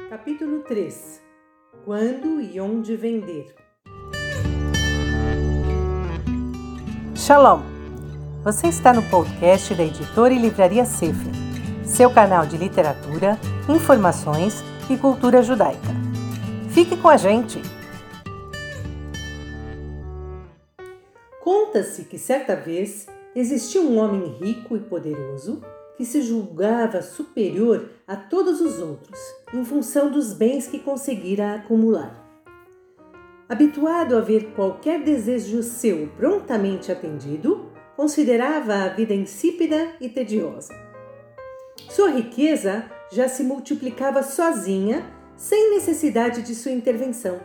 Capítulo 3. Quando e onde vender? Shalom! Você está no podcast da editora e livraria Sefer, seu canal de literatura, informações e cultura judaica. Fique com a gente! Conta-se que certa vez existiu um homem rico e poderoso que se julgava superior a todos os outros, em função dos bens que conseguira acumular. Habituado a ver qualquer desejo seu prontamente atendido, considerava a vida insípida e tediosa. Sua riqueza já se multiplicava sozinha, sem necessidade de sua intervenção.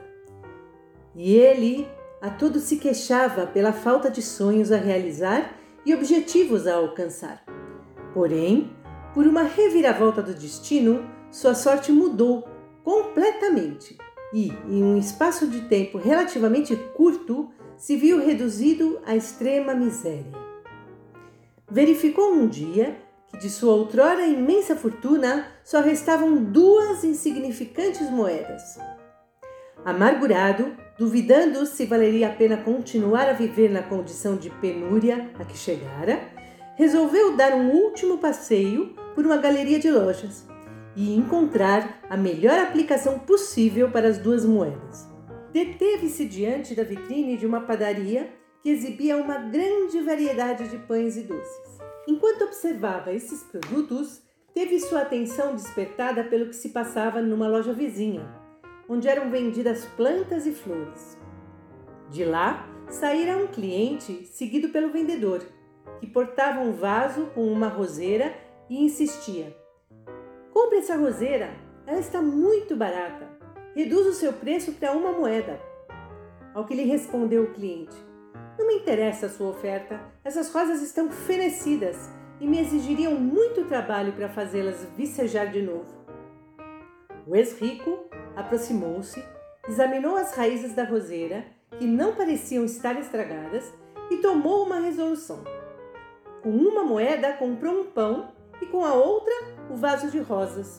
E ele a todos se queixava pela falta de sonhos a realizar e objetivos a alcançar. Porém, por uma reviravolta do destino, sua sorte mudou completamente e, em um espaço de tempo relativamente curto, se viu reduzido à extrema miséria. Verificou um dia que de sua outrora imensa fortuna só restavam 2 insignificantes moedas. Amargurado, duvidando se valeria a pena continuar a viver na condição de penúria a que chegara, resolveu dar um último passeio por uma galeria de lojas e encontrar a melhor aplicação possível para as 2 moedas. Deteve-se diante da vitrine de uma padaria que exibia uma grande variedade de pães e doces. Enquanto observava esses produtos, teve sua atenção despertada pelo que se passava numa loja vizinha, onde eram vendidas plantas e flores. De lá, saíra um cliente seguido pelo vendedor, que portava um vaso com uma roseira e insistia: "Compre essa roseira, ela está muito barata. Reduz o seu preço para 1 moeda." Ao que lhe respondeu o cliente: "Não me interessa a sua oferta, essas rosas estão fenecidas e me exigiriam muito trabalho para fazê-las vicejar de novo." O ex-rico aproximou-se, examinou as raízes da roseira, que não pareciam estar estragadas, e tomou uma resolução. Com 1 moeda comprou um pão e com a outra o vaso de rosas.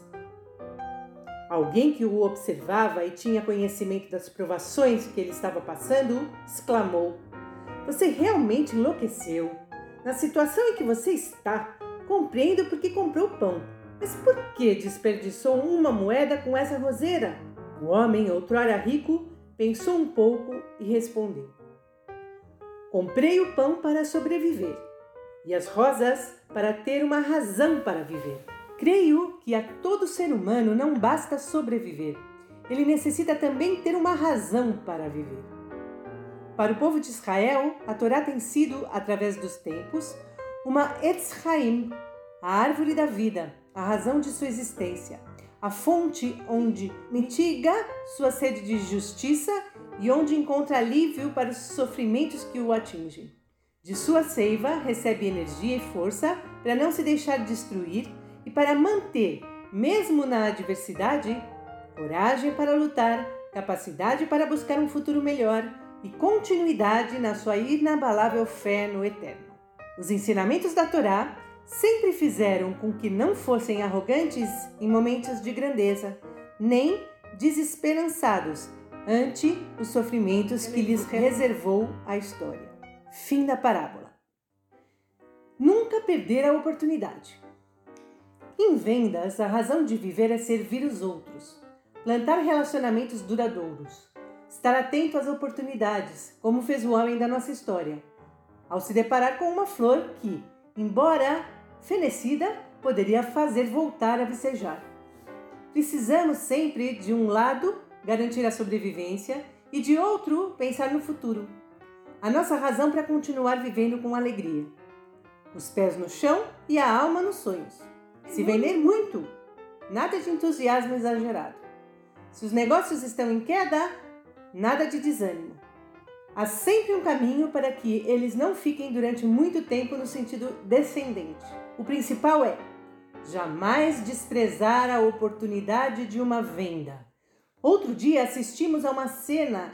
Alguém que o observava e tinha conhecimento das provações que ele estava passando, exclamou: "Você realmente enlouqueceu. Na situação em que você está, compreendo porque comprou pão. Mas por que desperdiçou 1 moeda com essa roseira?" O homem, outrora rico, pensou um pouco e respondeu: "Comprei o pão para sobreviver e as rosas para ter uma razão para viver. Creio que a todo ser humano não basta sobreviver, ele necessita também ter uma razão para viver." Para o povo de Israel, a Torá tem sido, através dos tempos, uma Etz Haim, a árvore da vida, a razão de sua existência, a fonte onde mitiga sua sede de justiça e onde encontra alívio para os sofrimentos que o atingem. De sua seiva recebe energia e força para não se deixar destruir e para manter, mesmo na adversidade, coragem para lutar, capacidade para buscar um futuro melhor e continuidade na sua inabalável fé no Eterno. Os ensinamentos da Torá sempre fizeram com que não fossem arrogantes em momentos de grandeza, nem desesperançados ante os sofrimentos que lhes reservou a história. Fim da parábola. Nunca perder a oportunidade. Em vendas, a razão de viver é servir os outros, plantar relacionamentos duradouros, estar atento às oportunidades, como fez o homem da nossa história, ao se deparar com uma flor que, embora fenecida, poderia fazer voltar a vicejar. Precisamos sempre, de um lado, garantir a sobrevivência e, de outro, pensar no futuro. A nossa razão para continuar vivendo com alegria. Os pés no chão e a alma nos sonhos. Se vender muito, nada de entusiasmo exagerado. Se os negócios estão em queda, nada de desânimo. Há sempre um caminho para que eles não fiquem durante muito tempo no sentido descendente. O principal é jamais desprezar a oportunidade de uma venda. Outro dia assistimos a uma cena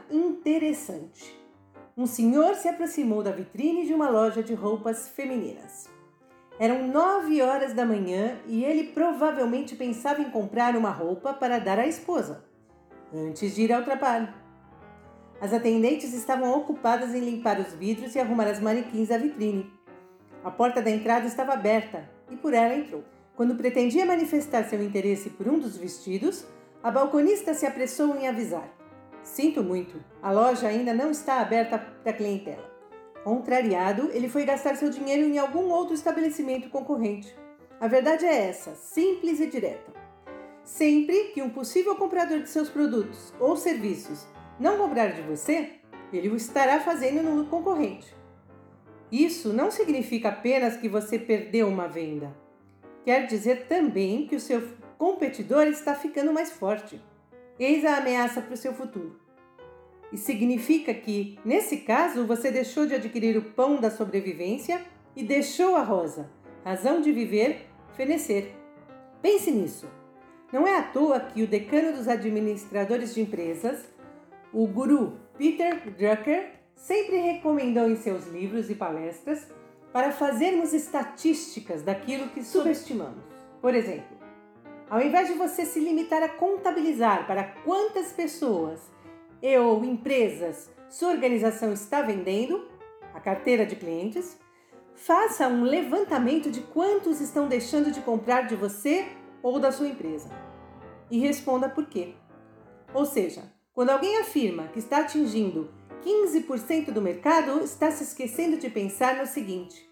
interessante. Um senhor se aproximou da vitrine de uma loja de roupas femininas. Eram 9 horas da manhã e ele provavelmente pensava em comprar uma roupa para dar à esposa, antes de ir ao trabalho. As atendentes estavam ocupadas em limpar os vidros e arrumar as manequins da vitrine. A porta da entrada estava aberta e por ela entrou. Quando pretendia manifestar seu interesse por um dos vestidos, a balconista se apressou em avisar: "Sinto muito, a loja ainda não está aberta para a clientela." Contrariado, ele foi gastar seu dinheiro em algum outro estabelecimento concorrente. A verdade é essa, simples e direta. Sempre que um possível comprador de seus produtos ou serviços não comprar de você, ele o estará fazendo no concorrente. Isso não significa apenas que você perdeu uma venda. Quer dizer também que o seu competidor está ficando mais forte. Eis a ameaça para o seu futuro. E significa que, nesse caso, você deixou de adquirir o pão da sobrevivência e deixou a rosa, razão de viver, fenecer. Pense nisso. Não é à toa que o decano dos administradores de empresas, o guru Peter Drucker, sempre recomendou em seus livros e palestras para fazermos estatísticas daquilo que subestimamos. Por exemplo, ao invés de você se limitar a contabilizar para quantas pessoas ou empresas sua organização está vendendo, a carteira de clientes, faça um levantamento de quantos estão deixando de comprar de você ou da sua empresa. E responda por quê. Ou seja, quando alguém afirma que está atingindo 15% do mercado, está se esquecendo de pensar no seguinte: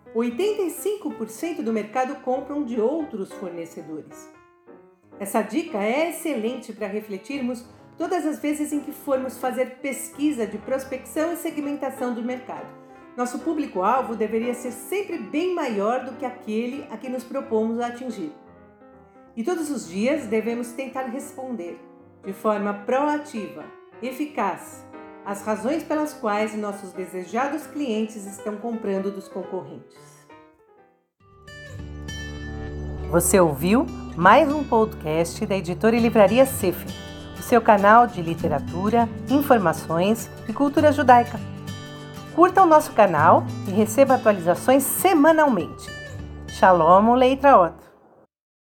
85% do mercado compram de outros fornecedores. Essa dica é excelente para refletirmos todas as vezes em que formos fazer pesquisa de prospecção e segmentação do mercado. Nosso público-alvo deveria ser sempre bem maior do que aquele a que nos propomos a atingir. E todos os dias devemos tentar responder, de forma proativa, eficaz, as razões pelas quais nossos desejados clientes estão comprando dos concorrentes. Você ouviu mais um podcast da editora e livraria Sefer, o seu canal de literatura, informações e cultura judaica. Curta o nosso canal e receba atualizações semanalmente. Shalom Uleitraot.